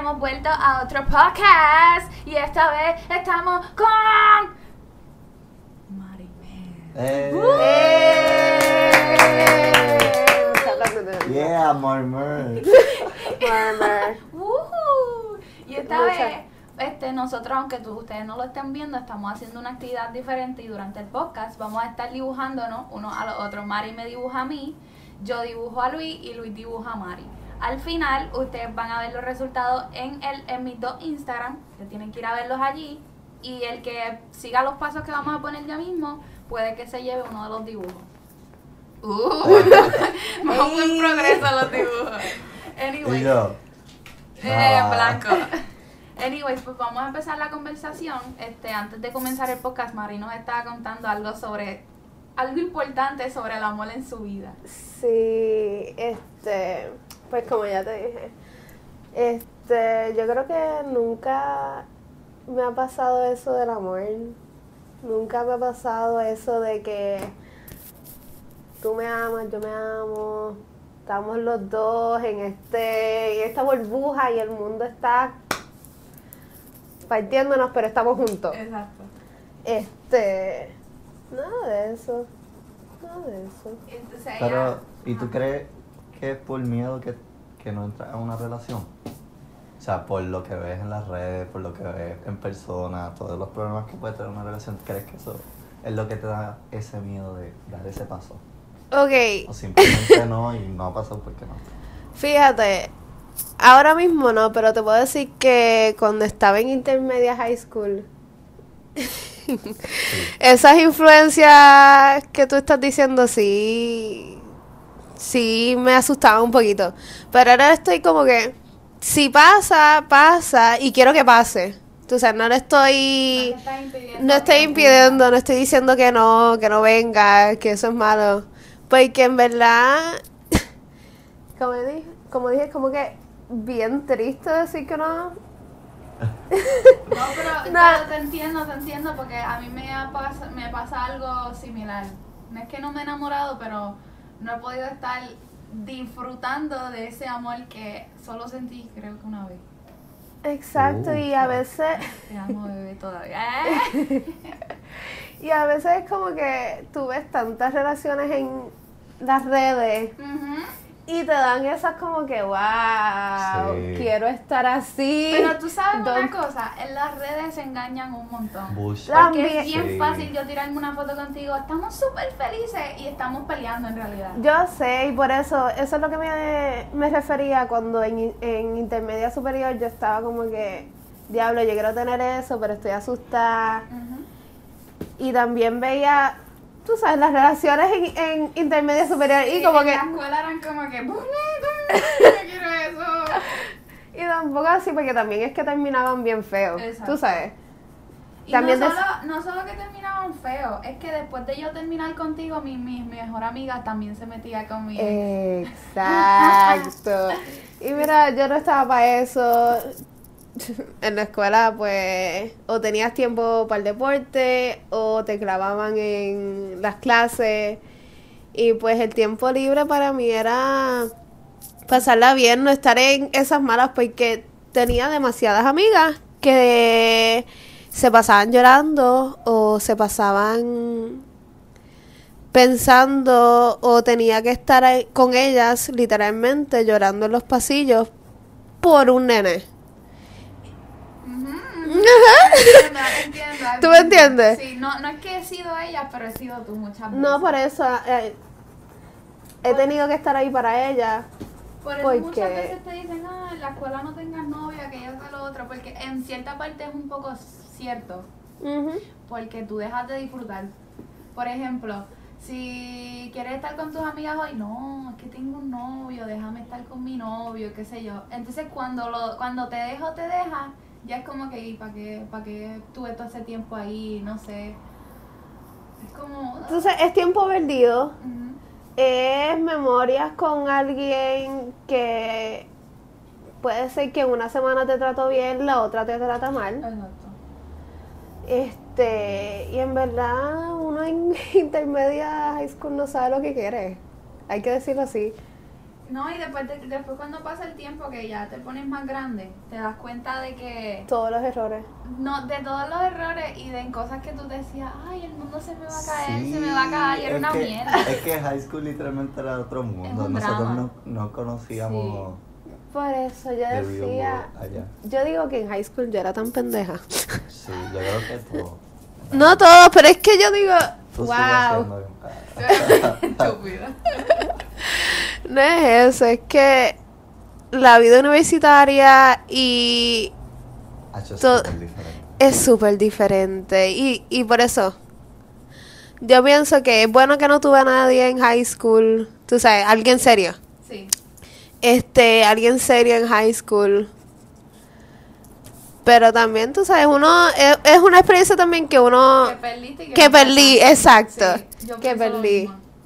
hemos vuelto a otro podcast y esta vez estamos con Marimer. Yeah, Marimer. Y esta vez, nosotros, aunque ustedes no lo estén viendo, estamos haciendo una actividad diferente y durante el podcast vamos a estar dibujándonos unos a los otros. Mari me dibuja a mí, yo dibujo a Luis y Luis dibuja a Mari. Al final, ustedes van a ver los resultados en mis dos Instagram, que tienen que ir a verlos allí. Y el que siga los pasos que vamos a poner ya mismo, puede que se lleve uno de los dibujos. Vamos en progreso los dibujos. Anyway, blanco. Anyways, pues vamos a empezar la conversación. Antes de comenzar el podcast, Mari nos estaba contando algo importante sobre el amor en su vida. Sí, pues como ya te dije, yo creo que nunca me ha pasado eso del amor. Nunca me ha pasado eso de que tú me amas, yo me amo, estamos los dos en esta burbuja y el mundo está partiéndonos, pero estamos juntos. Exacto. Nada de eso. Entonces, Pero, ¿y tú crees que es por miedo que no entras a una relación? O sea, por lo que ves en las redes, por lo que ves en persona, todos los problemas que puede tener una relación, ¿crees que eso es lo que te da ese miedo de dar ese paso? Ok. O simplemente no, y no ha pasado porque no. Fíjate, ahora mismo no, pero te puedo decir que cuando estaba en intermedia high school, esas influencias que tú estás diciendo sí me asustaban un poquito. Pero ahora estoy como que, si pasa, y quiero que pase. Tú sabes, no estoy impidiendo, no estoy diciendo que no venga, que eso es malo. Porque en verdad, como dije, es como que bien triste decir que no. No, pero te entiendo, porque a mí me pasa algo similar. No es que no me he enamorado, pero no he podido estar disfrutando de ese amor que solo sentí, creo que una vez. Exacto, y a veces... Te amo, bebé, todavía. Y a veces es como que tú ves tantas relaciones en las redes y te dan esas como que, wow, sí, quiero estar así. Pero tú sabes una cosa, en las redes se engañan un montón. Bullshit. Porque es bien Sí. fácil yo tirarme una foto contigo, estamos súper felices y estamos peleando en realidad. Yo sé, y por eso es lo que me refería cuando en intermedia superior yo estaba como que, diablo, yo quiero tener eso, pero estoy asustada. Y también veía, tú sabes, las relaciones en intermedia superior y como que... en la escuela eran como que, yo quiero eso. Y tampoco así, porque también es que terminaban bien feos, Exacto. tú sabes. Y También no solo que terminaban feos, es que después de yo terminar contigo, mi mejor amiga también se metía conmigo. Exacto. Y mira, yo no estaba para eso. En la escuela, pues, o tenías tiempo para el deporte, o te clavaban en las clases. Y pues el tiempo libre para mí era pasarla bien, no estar en esas malas, porque tenía demasiadas amigas que se pasaban llorando o se pasaban pensando, o tenía que estar ahí con ellas literalmente llorando en los pasillos por un nene. Entiendo. ¿Tú me entiendes? Sí, no es que he sido ella, pero he sido tú muchas veces. No, por eso he tenido que estar ahí para ella. Por eso muchas veces te dicen, en la escuela no tengas novia, que ella sea lo otro, porque en cierta parte es un poco cierto, porque tú dejas de disfrutar. Por ejemplo, si quieres estar con tus amigas hoy, no, es que tengo un novio, déjame estar con mi novio, qué sé yo. Entonces cuando te deja, ya es como que, ¿para qué tuve todo ese tiempo ahí? No sé. Es como... Entonces es tiempo perdido. Es memorias con alguien que puede ser que una semana te trató bien, la otra te trata mal. Exacto. Y en verdad uno en intermedia high school no sabe lo que quiere. Hay que decirlo así. No, y después cuando pasa el tiempo que ya te pones más grande, te das cuenta de que... Todos los errores. No, de todos los errores y de cosas que tú decías, ay, el mundo se me va a caer, se me va a caer, y era una mierda. Es que high school literalmente era otro mundo. Nosotros no conocíamos... Sí. Por eso yo decía... Yo digo que en high school yo era tan pendeja. Sí, yo creo que todo. No todo, pero es que yo digo... Tú wow. Estúpido. No es eso, es que la vida universitaria y es súper diferente y por eso yo pienso que es bueno que no tuve a nadie en high school, tú sabes, alguien serio. Sí. Alguien serio en high school. Pero también, tú sabes, uno es una experiencia también que uno... Que perdiste y que perdí, exacto. Sí, yo que perdí.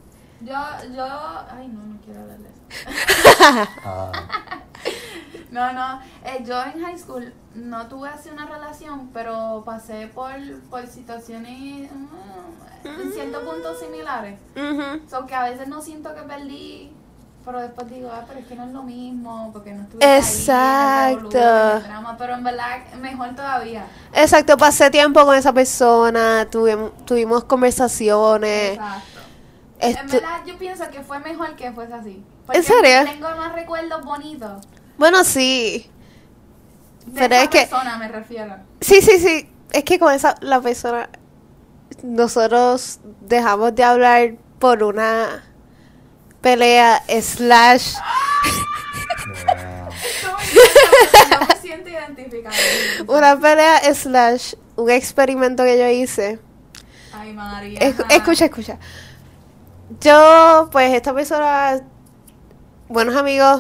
Ay, no quiero hablar de eso. No, yo en high school no tuve así una relación, pero pasé por situaciones en ciertos puntos similares. So que a veces no siento que perdí, pero después digo, pero es que no es lo mismo, porque no estuve exacto. ahí en el drama, pero en verdad mejor todavía. Exacto, pasé tiempo con esa persona, tuvimos conversaciones. Exacto. En verdad yo pienso que fue mejor que fuese así. ¿En serio? Tengo más recuerdos bonitos. Bueno, sí. Pero es que persona me refiero. Sí. Es que con la persona nosotros dejamos de hablar por una pelea / Yo me siento identificada. una pelea / un experimento que yo hice. Ay, María. Escucha. Yo, pues, esta persona, buenos amigos,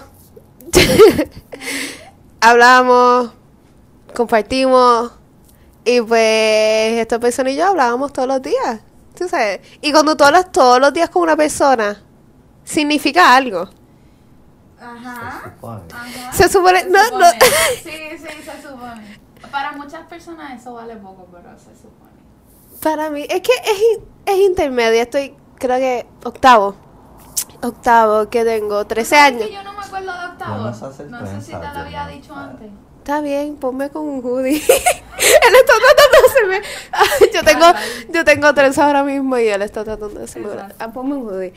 hablamos, compartimos, y pues, esta persona y yo hablábamos todos los días, tú sabes. Y cuando tú hablas todos los días con una persona, significa algo. Ajá. Se supone. No. Sí, se supone. Para muchas personas eso vale poco, pero se supone. Para mí, es que es intermedio. Estoy, creo que octavo, que tengo 13 años. Yo no me acuerdo de octavo. No sé si te lo había dicho antes. Está bien, ponme con un hoodie. Él está tratando de hacerme. Yo tengo 3 ahora mismo y él está tratando de hacerme. Ponme un hoodie.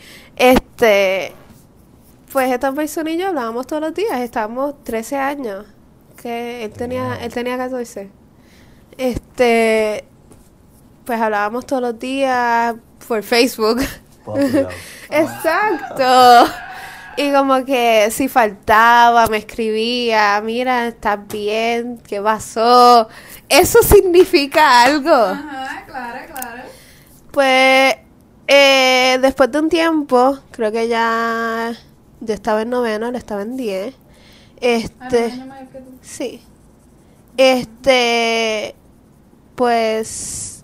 Pues esta persona y yo hablábamos todos los días. Estábamos 13 años. Que él tenía 14. Pues hablábamos todos los días por Facebook. Exacto. Y como que si faltaba, me escribía, mira, ¿estás bien? ¿Qué pasó? Eso significa algo. Ajá, claro. Pues, después de un tiempo, creo que ya yo estaba en 9º, él estaba en 10. Sí. Pues,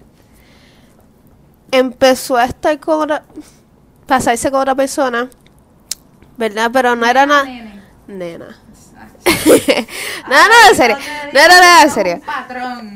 empezó a estar pasarse con otra persona, ¿verdad? Pero no era nada. Nena. No era nada serio. Patrón.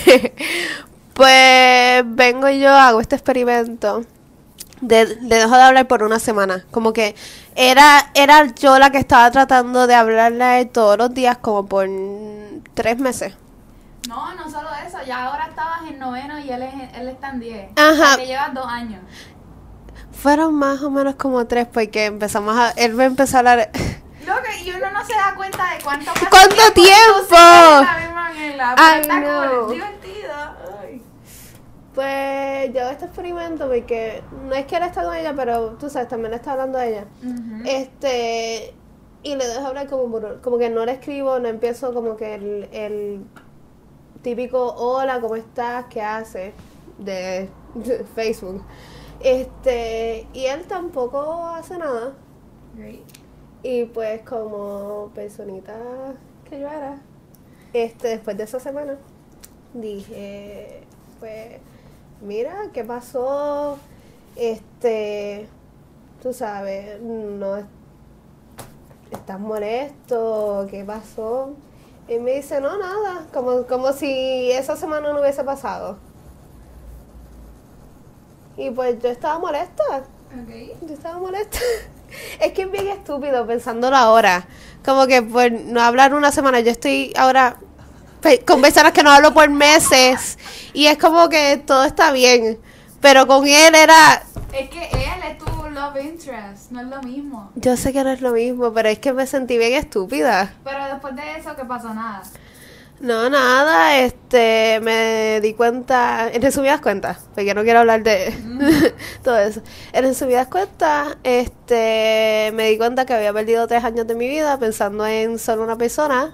Pues vengo y yo hago este experimento de dejo de hablar por una semana. Como que era yo la que estaba tratando de hablarle a él todos los días como por 3 meses. No solo eso, ya ahora estabas en 9º y él está en 10. Ajá. O sea, que llevas 2 años. Fueron más o menos como 3 porque él me empezó a hablar. Y uno no se da cuenta de cuánto tiempo. Ay, no. Es divertido. Ay. Pues yo hago este experimento porque no es que él está con ella, pero tú sabes, también le está hablando a ella. Uh-huh. Y le dejo hablar como que no le escribo, no empiezo como que el típico hola, ¿cómo estás? ¿Qué haces? De Facebook. Y él tampoco hace nada. Great. Y pues como personita que yo era, después de esa semana, dije, pues, mira, ¿qué pasó? Tú sabes, no estás molesto, ¿qué pasó? Y me dice, no, nada, como si esa semana no hubiese pasado. Y pues yo estaba molesta. Okay. Yo estaba molesta. Es que es bien estúpido pensándolo ahora. Como que por no hablar una semana, yo estoy ahora con personas que no hablo por meses y es como que todo está bien. Pero con él era... Es que él es tu love interest, no es lo mismo. Yo sé que no es lo mismo, pero es que me sentí bien estúpida. Pero después de eso, ¿qué pasó? Nada. No, nada, me di cuenta, en resumidas cuentas, porque no quiero hablar de todo eso. En resumidas cuentas, me di cuenta que había perdido 3 años de mi vida pensando en solo una persona,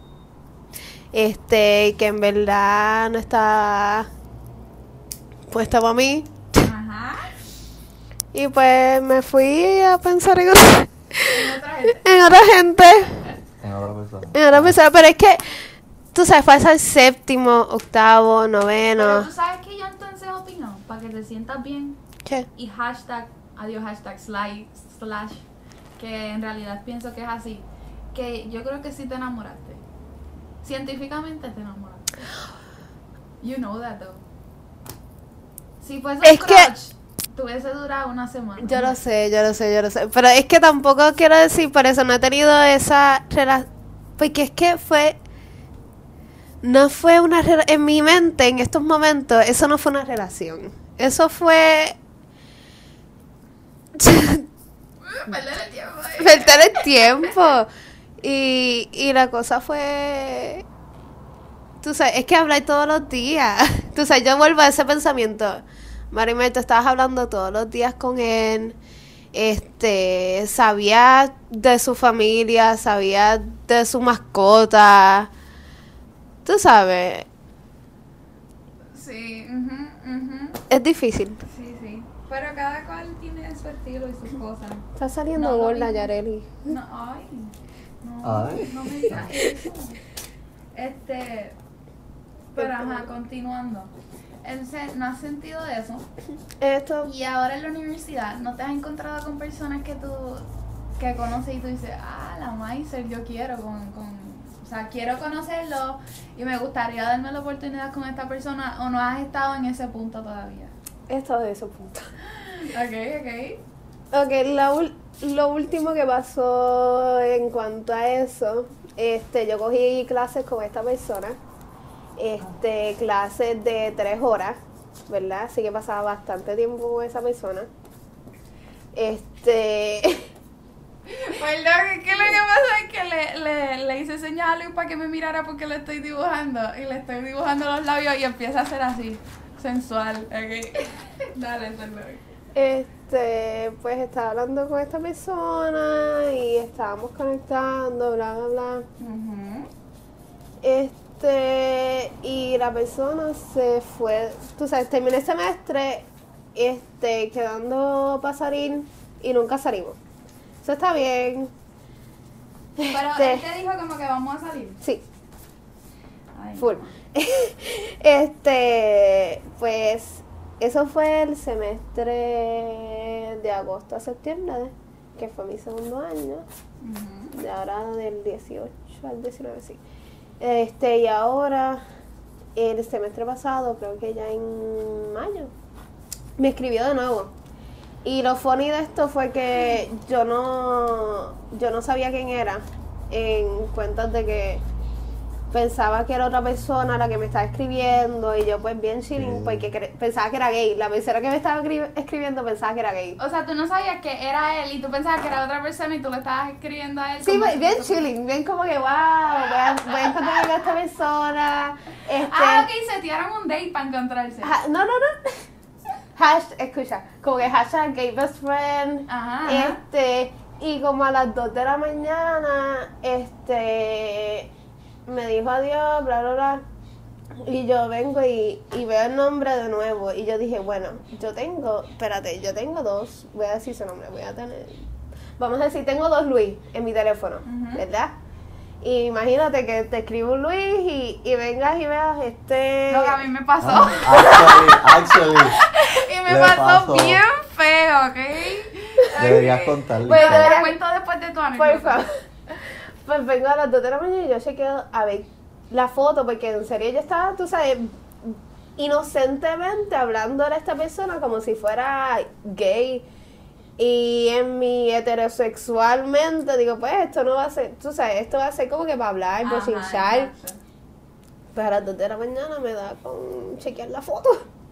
que en verdad no estaba puesta para mí. Ajá. Y pues me fui a pensar en otra gente. En otra persona. En otra persona, pero es que... Tú sabes, pasa el 7º, 8º, 9º. Pero tú sabes que yo entonces opino, para que te sientas bien. ¿Qué? Y hashtag slash, que en realidad pienso que es así. Que yo creo que sí te enamoraste. Científicamente te enamoraste. You know that though. Si fuese un crush, tuviese durado una semana. Yo lo sé. Pero es que tampoco quiero decir, por eso no he tenido esa relación. Porque es que no fue una relación. En mi mente, en estos momentos, eso no fue una relación. Eso fue... Perder el tiempo. Y la cosa fue... Tú sabes, es que hablar todos los días. Tú sabes, yo vuelvo a ese pensamiento. Marimel, tú estabas hablando todos los días con él. Sabía de su familia, sabía de su mascota. Tú sabes. Sí, Es difícil. sí. Pero cada cual tiene su estilo y sus cosas. Está saliendo gorda, Yareli. No, no me digas eso. Pero ajá, continuando. Entonces, ¿no has sentido eso? Y ahora en la universidad, ¿no te has encontrado con personas que conoces y tú dices, la Maiser, yo quiero o sea, quiero conocerlo y me gustaría darme la oportunidad con esta persona, o no has estado en ese punto todavía? He estado en ese punto. Ok. Lo último que pasó en cuanto a eso, yo cogí clases con esta persona, clases de 3 horas, ¿verdad? Así que pasaba bastante tiempo con esa persona. Perdón, es que lo que pasa es que le hice señas a Luis para que me mirara porque le estoy dibujando. Y le estoy dibujando los labios y empieza a hacer así, sensual. Okay. Dale, Luis. Pues estaba hablando con esta persona y estábamos conectando, bla, bla, bla. Y la persona se fue, tú sabes, terminé el semestre, quedando para salir y nunca salimos. Eso está bien. Pero él te dijo como que vamos a salir. Sí. Ay, Full. Pues eso fue el semestre de agosto a septiembre, que fue mi segundo año. De ahora del 18 al 19, sí. Y ahora, el semestre pasado, creo que ya en mayo, me escribió de nuevo. Y lo funny de esto fue que yo no sabía quién era, en cuentas de que pensaba que era otra persona la que me estaba escribiendo, y yo pues bien chilling, porque pensaba que era gay. La persona que me estaba escribiendo pensaba que era gay. O sea, tú no sabías que era él y tú pensabas que era otra persona y tú le estabas escribiendo a él. Sí, bien chilling, bien como que wow, voy a encontrarme con esta persona. Ok, se tiraron un date para encontrarse. No. Escucha, como que hashtag gay best friend. Ajá. Y como a las 2 de la mañana, me dijo adiós, bla, bla, bla. Y yo vengo y veo el nombre de nuevo. Y yo dije, bueno, yo tengo 2, voy a decir su nombre, vamos a decir, tengo 2 Luis en mi teléfono, ¿verdad? Y imagínate que te escribo un Luis y vengas y veas Lo que a mí me pasó. Actually. Y me pasó bien feo, ¿ok? Deberías contarle. Pues te lo cuento después de tu anécdota. Por favor. Pues vengo a las 2 de la mañana y yo chequeo a ver la foto, porque en serio yo estaba, tú sabes, inocentemente hablándole a esta persona como si fuera gay. Y en mi heterosexualmente digo, pues esto no va a ser, tú sabes, esto va a ser como que para hablar, por chinchar. Exacto. Pero a las 2 de la mañana me da con chequear la foto.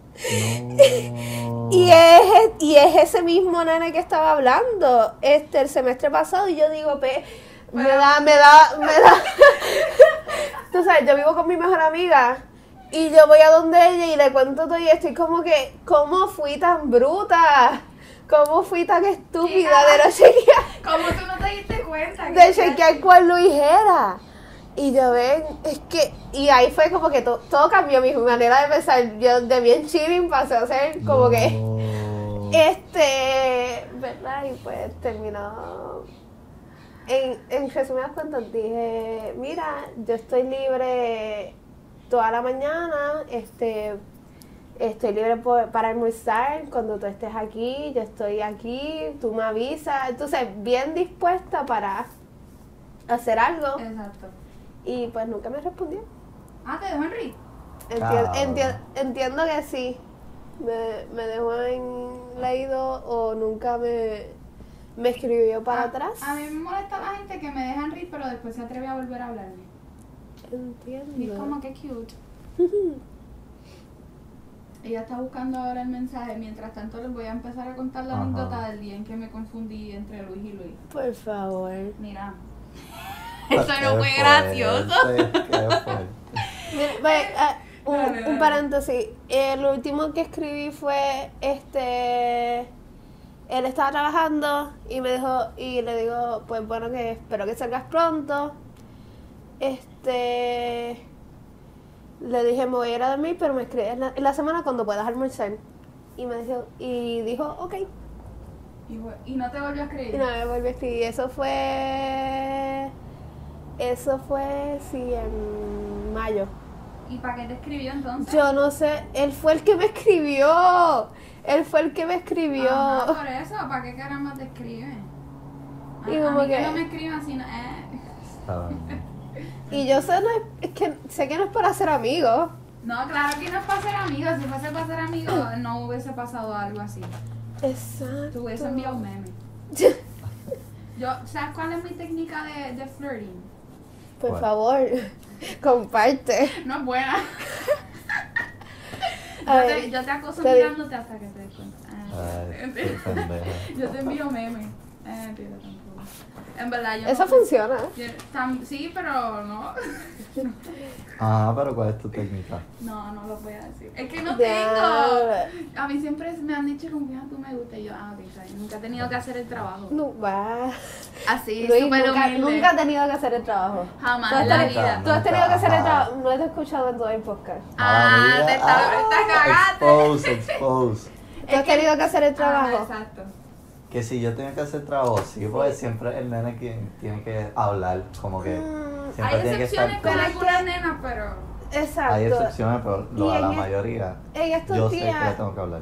No. Y es ese mismo nene que estaba hablando el semestre pasado y yo digo, me da. Tú sabes, yo vivo con mi mejor amiga y yo voy a donde ella y le cuento todo y estoy como que, ¿cómo fui tan bruta? ¿Cómo fui tan estúpida de no chequear? ¿Cómo tú no te diste cuenta? De chequear cuál Luis era. Y yo es que, y ahí fue como que todo cambió mi manera de pensar. Yo de bien chilling pasé a ser como que, ¿verdad? Y pues terminó. En resumidas cuentas dije, mira, yo estoy libre toda la mañana, estoy libre para almorzar cuando tú estés aquí, yo estoy aquí, tú me avisas. Entonces, bien dispuesta para hacer algo. Exacto. Y pues nunca me respondió. Ah, ¿te dejó Henry? Entiendo que sí. Me dejó en leído o nunca me escribió para atrás. A mí me molesta la gente que me deja Henry, pero después se atreve a volver a hablarme. Entiendo. Y es como que cute. Ella está buscando ahora el mensaje. Mientras tanto, les voy a empezar a contar la anécdota del día en que me confundí entre Luis y Luis. Por favor. Mira. Eso no fue gracioso. Mira, un paréntesis. El último que escribí fue él estaba trabajando y me dijo, y le digo, pues bueno, que espero que salgas pronto. Le dije, me voy a ir a dormir, pero me escribes en la semana cuando puedas almorzar. Y me dijo, ok. Y no te volvió a escribir. Y no me volvió a escribir. Eso fue, sí, en mayo. ¿Y para qué te escribió entonces? Yo no sé, él fue el que me escribió. Ajá, por eso, ¿para qué caramba te escribe? Y a como mí que que no me escriban así, no, Y yo sé, sé que no es para ser amigos. No, claro que no es para ser amigos. Si fuese para ser amigos, no hubiese pasado algo así. Exacto. Te hubiese enviado un meme. ¿Sabes cuál es mi técnica de flirting? Por favor, comparte. No es buena. Yo te acoso mirándote hasta que te des cuenta. Yo te envío memes. Mentira, tampoco. En verdad, yo Eso funciona. Sí, pero no. Pero ¿cuál es tu técnica? No lo voy a decir. Es que no tengo. A mí siempre me han dicho como que tú me gusta. Y yo, ok, nunca he tenido que hacer el trabajo. No va. Así, Luis, súper humilde. nunca he tenido que hacer el trabajo. Jamás en la vida. Tú has tenido que hacer el trabajo. No te he escuchado en todo el podcast. Te cagaste. Expose. Tú has tenido que hacer el trabajo. Exacto. Que si yo tengo que hacer trabajo, sí, pues siempre el nene quien tiene que hablar, como que siempre Hay tiene que estar. excepciones con algunas nenas, pero. Exacto. Hay excepciones, pero a la mayoría en estos yo sé que días, le tengo que hablar.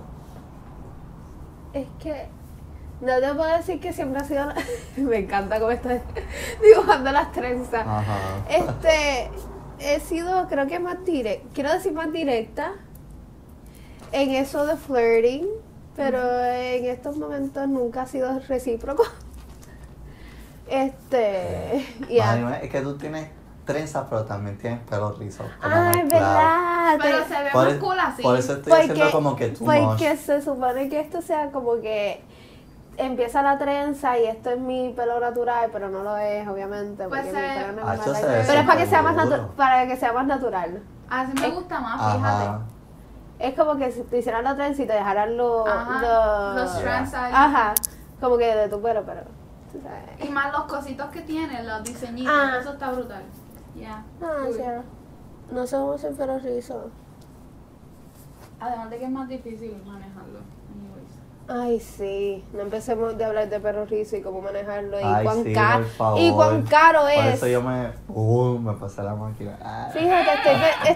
Es que no te puedo decir que siempre ha sido me encanta cómo estás dibujando las trenzas. Ajá. He sido, creo que más directa, quiero decir más directa en eso de flirting, pero en estos momentos nunca ha sido recíproco. Es que tú tienes trenzas, pero también tienes pelo rizo. Es verdad. Pero se ve más cool así. Por eso estoy diciendo como que tú porque se supone que esto sea como que empieza la trenza y esto es mi pelo natural, pero no lo es, obviamente. Pues porque mi pelo no es eso normal. se ve Pero es para que sea duro. para que sea más natural. Así me gusta más, fíjate. Ajá. Es como que si te hicieran la trenza y te dejaran los strands ahí. Ajá, como que de tu pelo, pero tú sabes. Y más los cositos que tiene, los diseñitos, eso está brutal. Ya. Yeah. No sé cómo hacer pelo rizo. Además de que es más difícil manejarlo. Anyways. Ay, sí. No empecemos de hablar de perro rizo y cómo manejarlo y Ay, cuán sí, caro por favor. y cuán caro es. Por eso yo me pasé la máquina. Fíjate,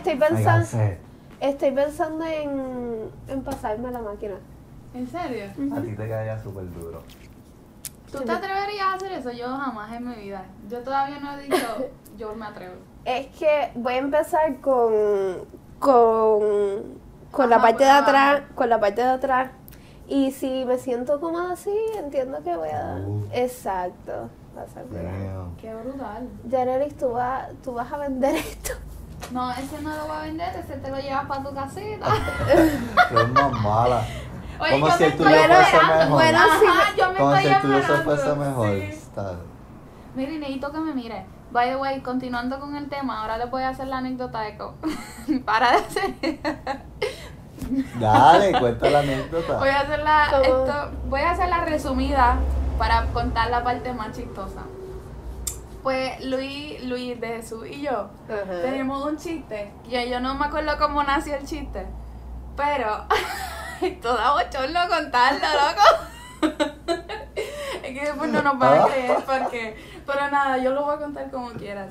estoy Me pensando en pasarme la máquina. ¿En serio? A ti te quedaría súper duro. ¿Tú te atreverías a hacer eso? Yo jamás en mi vida. Yo todavía no he dicho, yo me atrevo. Es que voy a empezar con la parte de atrás, Y si me siento cómoda así, entiendo que voy a... Exacto. Va a ser Damn. Qué brutal. Yanelis, tú vas a vender esto. No, ese no lo va a vender, ese te lo llevas para tu casita. Pero es más mala. Oye, Como yo si me el tuyo estoy fuese esperando. mejor. Bueno, sí, Ajá, yo me Como estoy si el tuyo se esperando. fuese mejor. Sí. Está. Mire, necesito que me mire. By the way, continuando con el tema, ahora les voy a hacer la anécdota de para de hacer. Dale, cuenta la anécdota. Voy a hacer la resumida para contar la parte más chistosa. Pues Luis de Jesús y yo tenemos un chiste. Yo no me acuerdo cómo nació el chiste, pero toda bochorno contarlo, loco. Es que después no nos van a creer porque... Pero nada, yo lo voy a contar como quiera.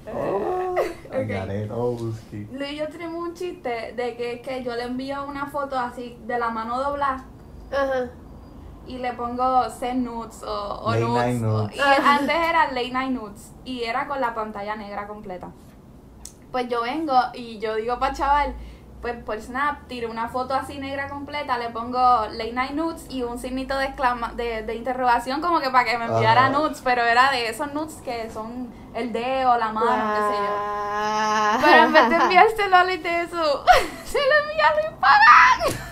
Okay. Luis y yo tenemos un chiste de que yo le envío una foto así de la mano doblada. Ajá. Y le pongo send nudes o Late nudes. night nudes. Y antes era late night nudes. Y era con la pantalla negra completa. Pues yo vengo y yo digo para chaval, pues por Snap tiro una foto así negra completa, le pongo late night nudes y un signito de interrogación como que para que me enviara nudes, pero era de esos nudes que son el dedo, la mano, qué sé yo. Pero en vez de enviárselo a Luis de eso, se lo envía a Luis Pagán.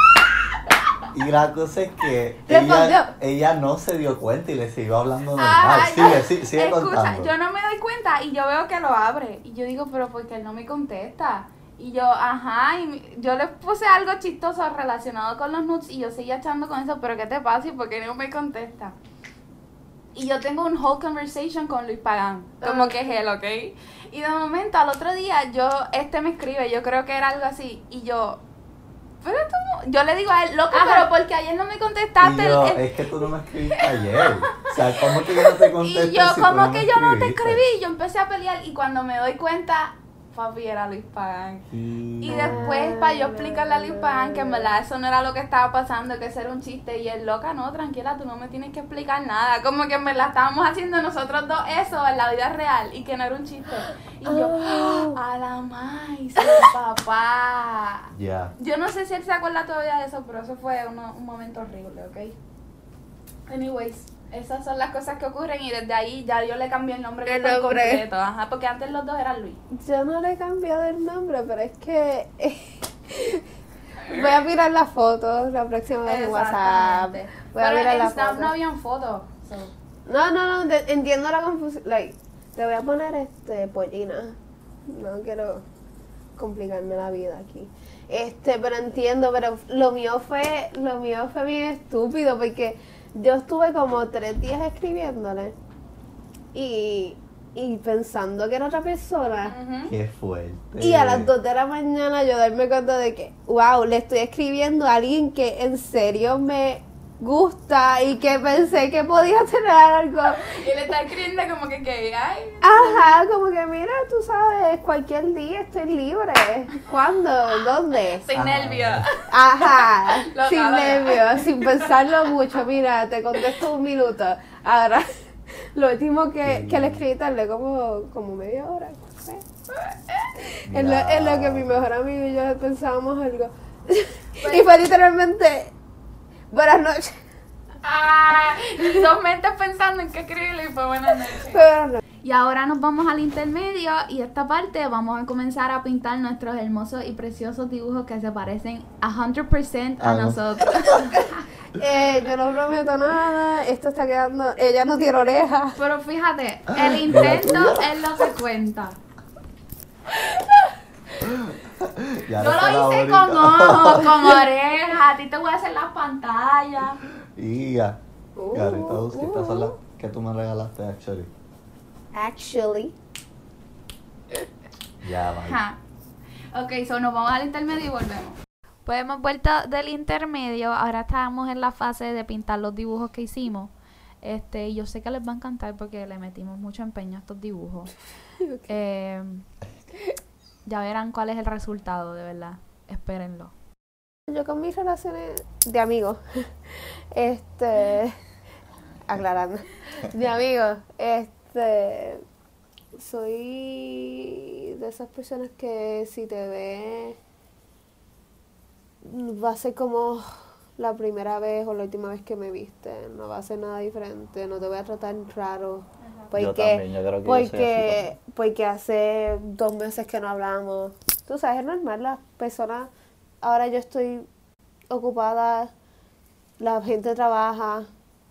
Y la cosa es que ella no se dio cuenta y le siguió hablando normal. Sigue Escucha, contando. yo no me doy cuenta y yo veo que lo abre. Y yo digo, pero ¿por qué él no me contesta? Y yo, yo le puse algo chistoso relacionado con los nudes y yo seguía echando con eso, pero ¿qué te pasa y por qué no me contesta? Y yo tengo un whole conversation con Luis Pagán, como que es él, ¿ok? Y de momento, al otro día, me escribe, yo creo que era algo así, y yo... Pero yo le digo a él, loco, pero porque ayer no me contestaste. Y yo, es que tú no me escribiste ayer. O sea, ¿cómo que yo no te contesté? Y yo, si como tú que yo no te escribí, yo empecé a pelear y cuando me doy cuenta, papi, era Luis Pagán. Y después, para yo explicarle a Luis Pagán que en verdad eso no era lo que estaba pasando, que ese era un chiste, y él, loca, no, tranquila, tú no me tienes que explicar nada. Como que en verdad estábamos haciendo nosotros dos eso en la vida real y que no era un chiste. Y yo, a la maíz, papá. Ya. Yo no sé si él se acuerda todavía de eso, pero eso fue un momento horrible, ¿ok? Anyways, esas son las cosas que ocurren y desde ahí ya yo le cambié el nombre por completo. Ajá, porque antes los dos eran Luis. Yo no le he cambiado el nombre, pero es que voy a mirar las fotos la próxima vez en WhatsApp. Voy a mirar las fotos. No habían fotos. So. No, entiendo la confusión. Te voy a poner pollina. No quiero complicarme la vida aquí. Pero entiendo, pero lo mío fue bien estúpido porque yo estuve como 3 días escribiéndole y pensando que era otra persona. Qué fuerte. Y a las 2 de la mañana yo darme cuenta de que, wow, le estoy escribiendo a alguien que en serio me gusta y que pensé que podía tener algo. Y le está escribiendo como que ay. Ajá, como que mira, tú sabes, cualquier día estoy libre. ¿Cuándo? ¿Dónde? Sin nervios. Ajá, sin Loca, nervios, sin pensarlo mucho. Mira, te contesto 1 minuto. Ahora, lo último que le escribí tarde como media hora. ¿Sí? En lo que mi mejor amigo y yo pensábamos algo. Y fue literalmente, buenas noches. Dos mentes pensando en qué escribirle y fue buenas noches. Y ahora nos vamos al intermedio y esta parte vamos a comenzar a pintar nuestros hermosos y preciosos dibujos que se parecen 100% a nosotros. Yo no prometo nada, esto está quedando, ella no tiene orejas. Pero fíjate, el intento es lo que cuenta. Ya Yo no lo hice está con ojos, con orejas, a ti te voy a hacer las pantallas. Y ya. Garitos, estas son las que tú me regalaste, actually. Ya, vale. Ajá. Ok, nos vamos al intermedio y volvemos. Pues hemos vuelto del intermedio, ahora estamos en la fase de pintar los dibujos que hicimos. Yo sé que les va a encantar porque le metimos mucho empeño a estos dibujos. Ya verán cuál es el resultado, de verdad. Espérenlo. Yo con mis relaciones de amigos, aclarando, de amigos, soy de esas personas que si te ve va a ser como la primera vez o la última vez que me viste. No va a ser nada diferente, no te voy a tratar raro. Porque, yo también, yo creo que yo soy así también. Porque hace 2 meses que no hablamos. Tú sabes, es normal, las personas, ahora yo estoy ocupada, la gente trabaja,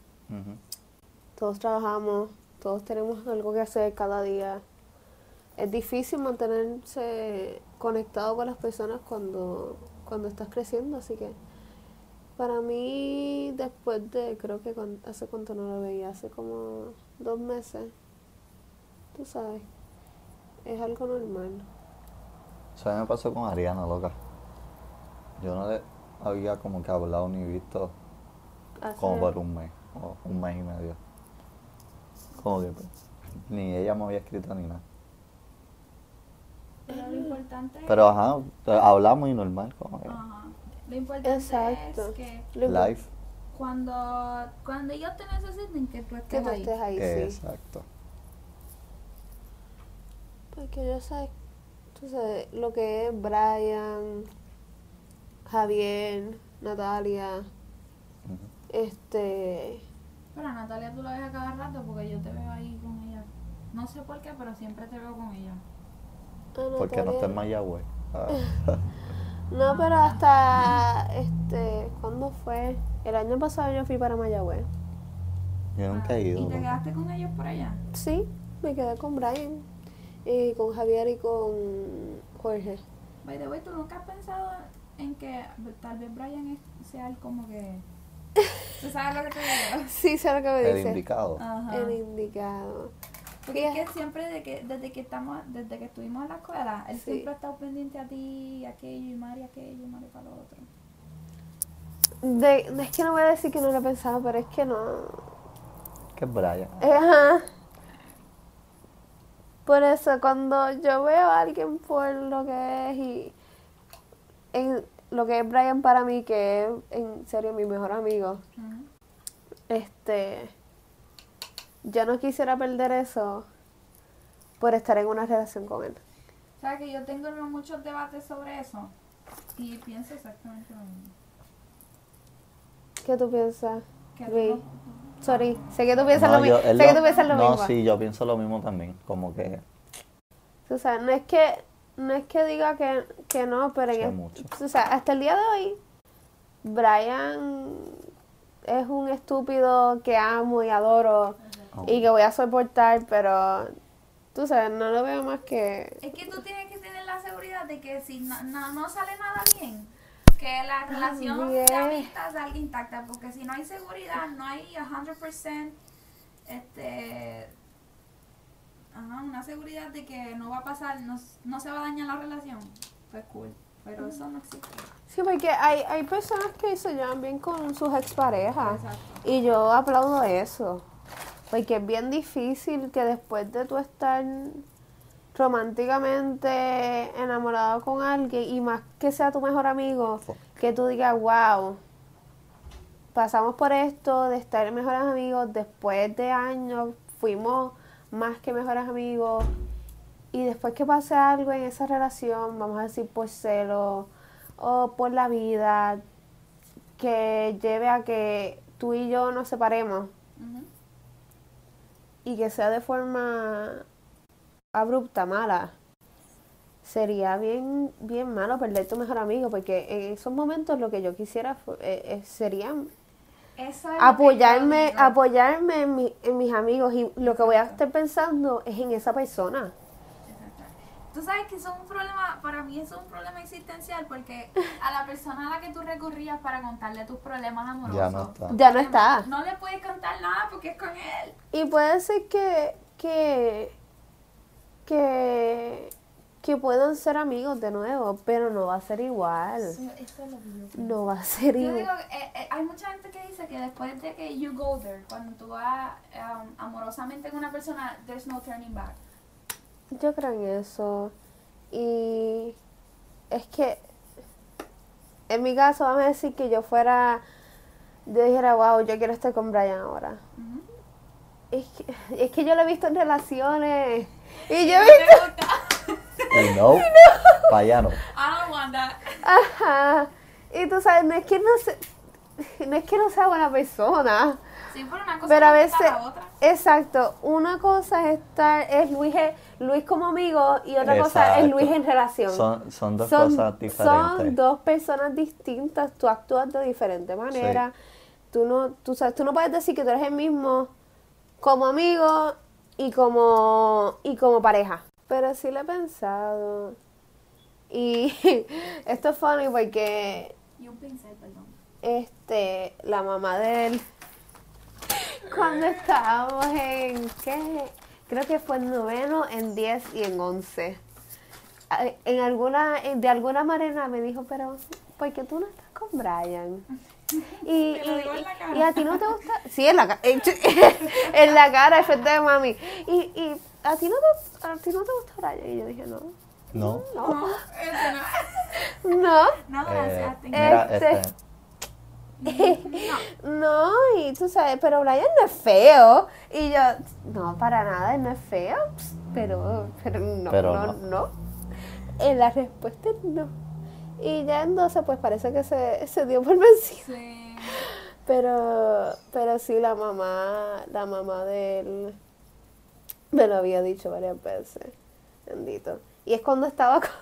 todos trabajamos, todos tenemos algo que hacer cada día. Es difícil mantenerse conectado con las personas cuando estás creciendo, así que para mí, después de, creo que hace cuánto no lo veía, hace como 2 meses, tú sabes, es algo normal. Eso a mí me pasó con Ariana, loca. Yo no le había como que hablado ni visto como por un mes, o un mes y medio. Como que pues, ni ella me había escrito ni nada. Pero lo importante Pero ajá, hablamos y normal, como que. Ajá. Lo importante Exacto. es que Live. cuando ellos te necesiten, que tú Que estés tú ahí. estés ahí, sí. Exacto. Porque yo sé, tú sabes, lo que es Brian, Javier, Natalia, Pero a Natalia tú la ves a cada rato porque yo te veo ahí con ella. No sé por qué, pero siempre te veo con ella. Porque no está en Mayagüez. No, pero hasta, ¿cuándo fue? El año pasado yo fui para Mayagüez. Yo nunca he ido. ¿Y te loca. quedaste con ellos por allá? Sí, me quedé con Brian, y con Javier y con Jorge. By the way, ¿tú nunca has pensado en que tal vez Brian sea el como que... ¿Tú sabes lo que te digo? Sí, sé lo que me El dice. indicado. Ajá. El indicado. Porque es que siempre desde que estuvimos en la escuela, él Sí. siempre ha estado pendiente a ti, aquello, y Mari aquello, y Mari para lo otro. Es que no voy a decir que no lo he pensado, pero es que no. Que es Brian. Ajá. Por eso, cuando yo veo a alguien por lo que es y en lo que es Brian para mí, que es en serio mi mejor amigo, yo no quisiera perder eso por estar en una relación con él. ¿Sabes que yo tengo muchos debates sobre eso? Y pienso exactamente lo mismo. ¿Qué tú piensas? Que Vi. no- Sorry, sé que tú piensas No, lo mismo. él Sé que tú piensas lo no, mismo. sí, yo pienso lo mismo también. Como que O sea, no es que diga que no, pero sea mucho. o sea, hasta el día de hoy, Brian es un estúpido que amo y adoro y que voy a soportar, pero tú sabes, no lo veo más que... Es que tú tienes que tener la seguridad de que si no sale nada bien, que la relación bien. de amistad salga intacta, porque si no hay seguridad, no hay 100%, una seguridad de que no va a pasar, no se va a dañar la relación, pues cool, pero eso no existe. Sí, porque hay personas que se llevan bien con sus exparejas Exacto. y yo aplaudo eso, porque es bien difícil que después de tú estar románticamente enamorado con alguien y más que sea tu mejor amigo, que tú digas, wow, pasamos por esto de estar mejores amigos, después de años fuimos más que mejores amigos y después que pase algo en esa relación, vamos a decir por celo o por la vida, que lleve a que tú y yo nos separemos y que sea de forma abrupta, mala, sería bien malo perder tu mejor amigo, porque en esos momentos lo que yo quisiera sería Eso es apoyarme lo que yo digo. en mis amigos, y lo que voy a estar pensando es en esa persona. Tú sabes que eso es un problema, para mí eso es un problema existencial, porque a la persona a la que tú recurrías para contarle tus problemas amorosos, Ya no está. Ya no está. no le puedes contar nada porque es con él. Y puede ser que puedan ser amigos de nuevo, pero no va a ser igual. Eso es lo que yo pienso. No va a ser Yo igual. digo, hay mucha gente que dice que después de que you go there, cuando tú vas amorosamente con una persona, there's no turning back. Yo creo en eso. Y es que en mi caso, vamos a decir que yo dijera, wow, yo quiero estar con Brian ahora. Es que yo lo he visto en relaciones. Y yo he visto... Y no, para allá no. I don't want that. Ajá. Y tú sabes, no es que no sé... no es que no sea buena persona. Sí, pero una cosa Pero a no veces, quita la otra. exacto, una cosa es Luis como amigo y otra cosa es Exacto. Luis en relación. Son dos cosas diferentes. Son dos personas distintas, tú actúas de diferente manera. Tú no puedes decir que tú eres el mismo como amigo y como pareja. Pero sí lo he pensado. Y esto es funny porque Y un pincel, perdón. la mamá de él, cuando estábamos creo que fue en 9º, en 10 y en 11. De alguna manera me dijo, pero ¿por qué tú no estás con Brian? Te lo digo en la cara. Y a ti no te gusta, sí, en la cara, en la cara, frente de mami. Y a ti no te gusta Brian. Y yo dije, no. No. No, ese no. No. No, gracias. Mira, No, y tú sabes, pero Brian no es feo. Y yo, no, para nada, él no es feo. Pero no. La respuesta es no. Y ya entonces, pues parece que se dio por vencido. Sí. Pero sí, la mamá de él me lo había dicho varias veces. Bendito. Y es cuando estaba con...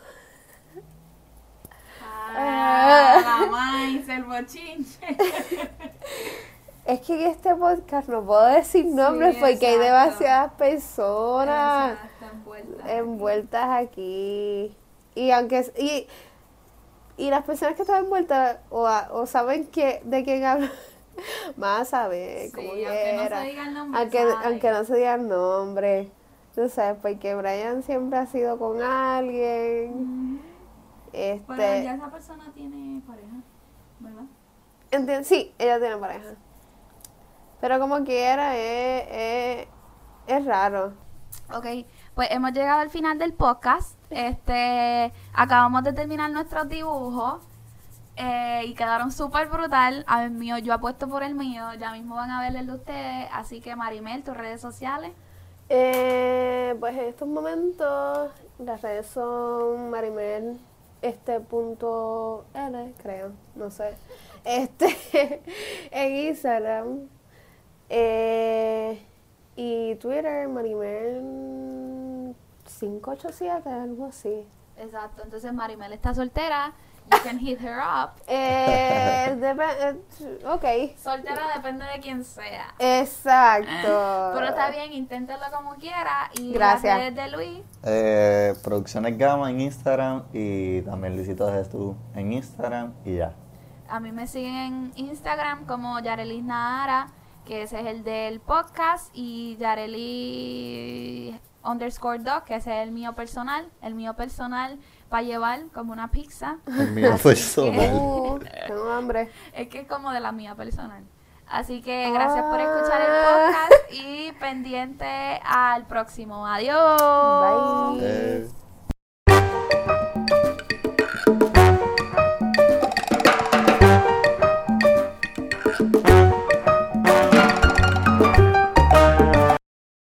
La maíz, el bochinche. Es que en este podcast no puedo decir nombres Sí, porque hay exacto. demasiadas personas Exacto, envueltas aquí. Y aunque y las personas que están envueltas o saben de quién hablo, más a saber cómo Sí, aunque no era. se diga el nombre, Aunque no se diga el nombre. Tú sabes, porque Brian siempre ha sido con alguien. Pero ya esa persona tiene pareja, ¿verdad? Sí, ella tiene pareja. Pero como quiera, es raro. Ok, pues hemos llegado al final del podcast. Acabamos de terminar nuestros dibujos y quedaron súper brutal. A ver, mío, yo apuesto por el mío. Ya mismo van a ver el de ustedes. Así que Marimel, tus redes sociales. Pues en estos momentos las redes son Marimel .l, creo, no sé. En Instagram y Twitter Marimel 587, algo así. Exacto, entonces Marimel está soltera. You can hit her up. Ok. Soltera depende de quién sea. Exacto. Pero está bien, inténtalo como quiera. Y Gracias. las redes de Luis. Producciones Gama en Instagram y también Luisito Jesús en Instagram y ya. A mí me siguen en Instagram como Yarelis Nahara, que ese es el del podcast, y Yareli_Doc, que ese es el mío personal para llevar como una pizza. El mío personal. Tengo hambre. Es que es como de la mía personal. Así que gracias por escuchar el podcast y pendiente al próximo. Adiós. Bye.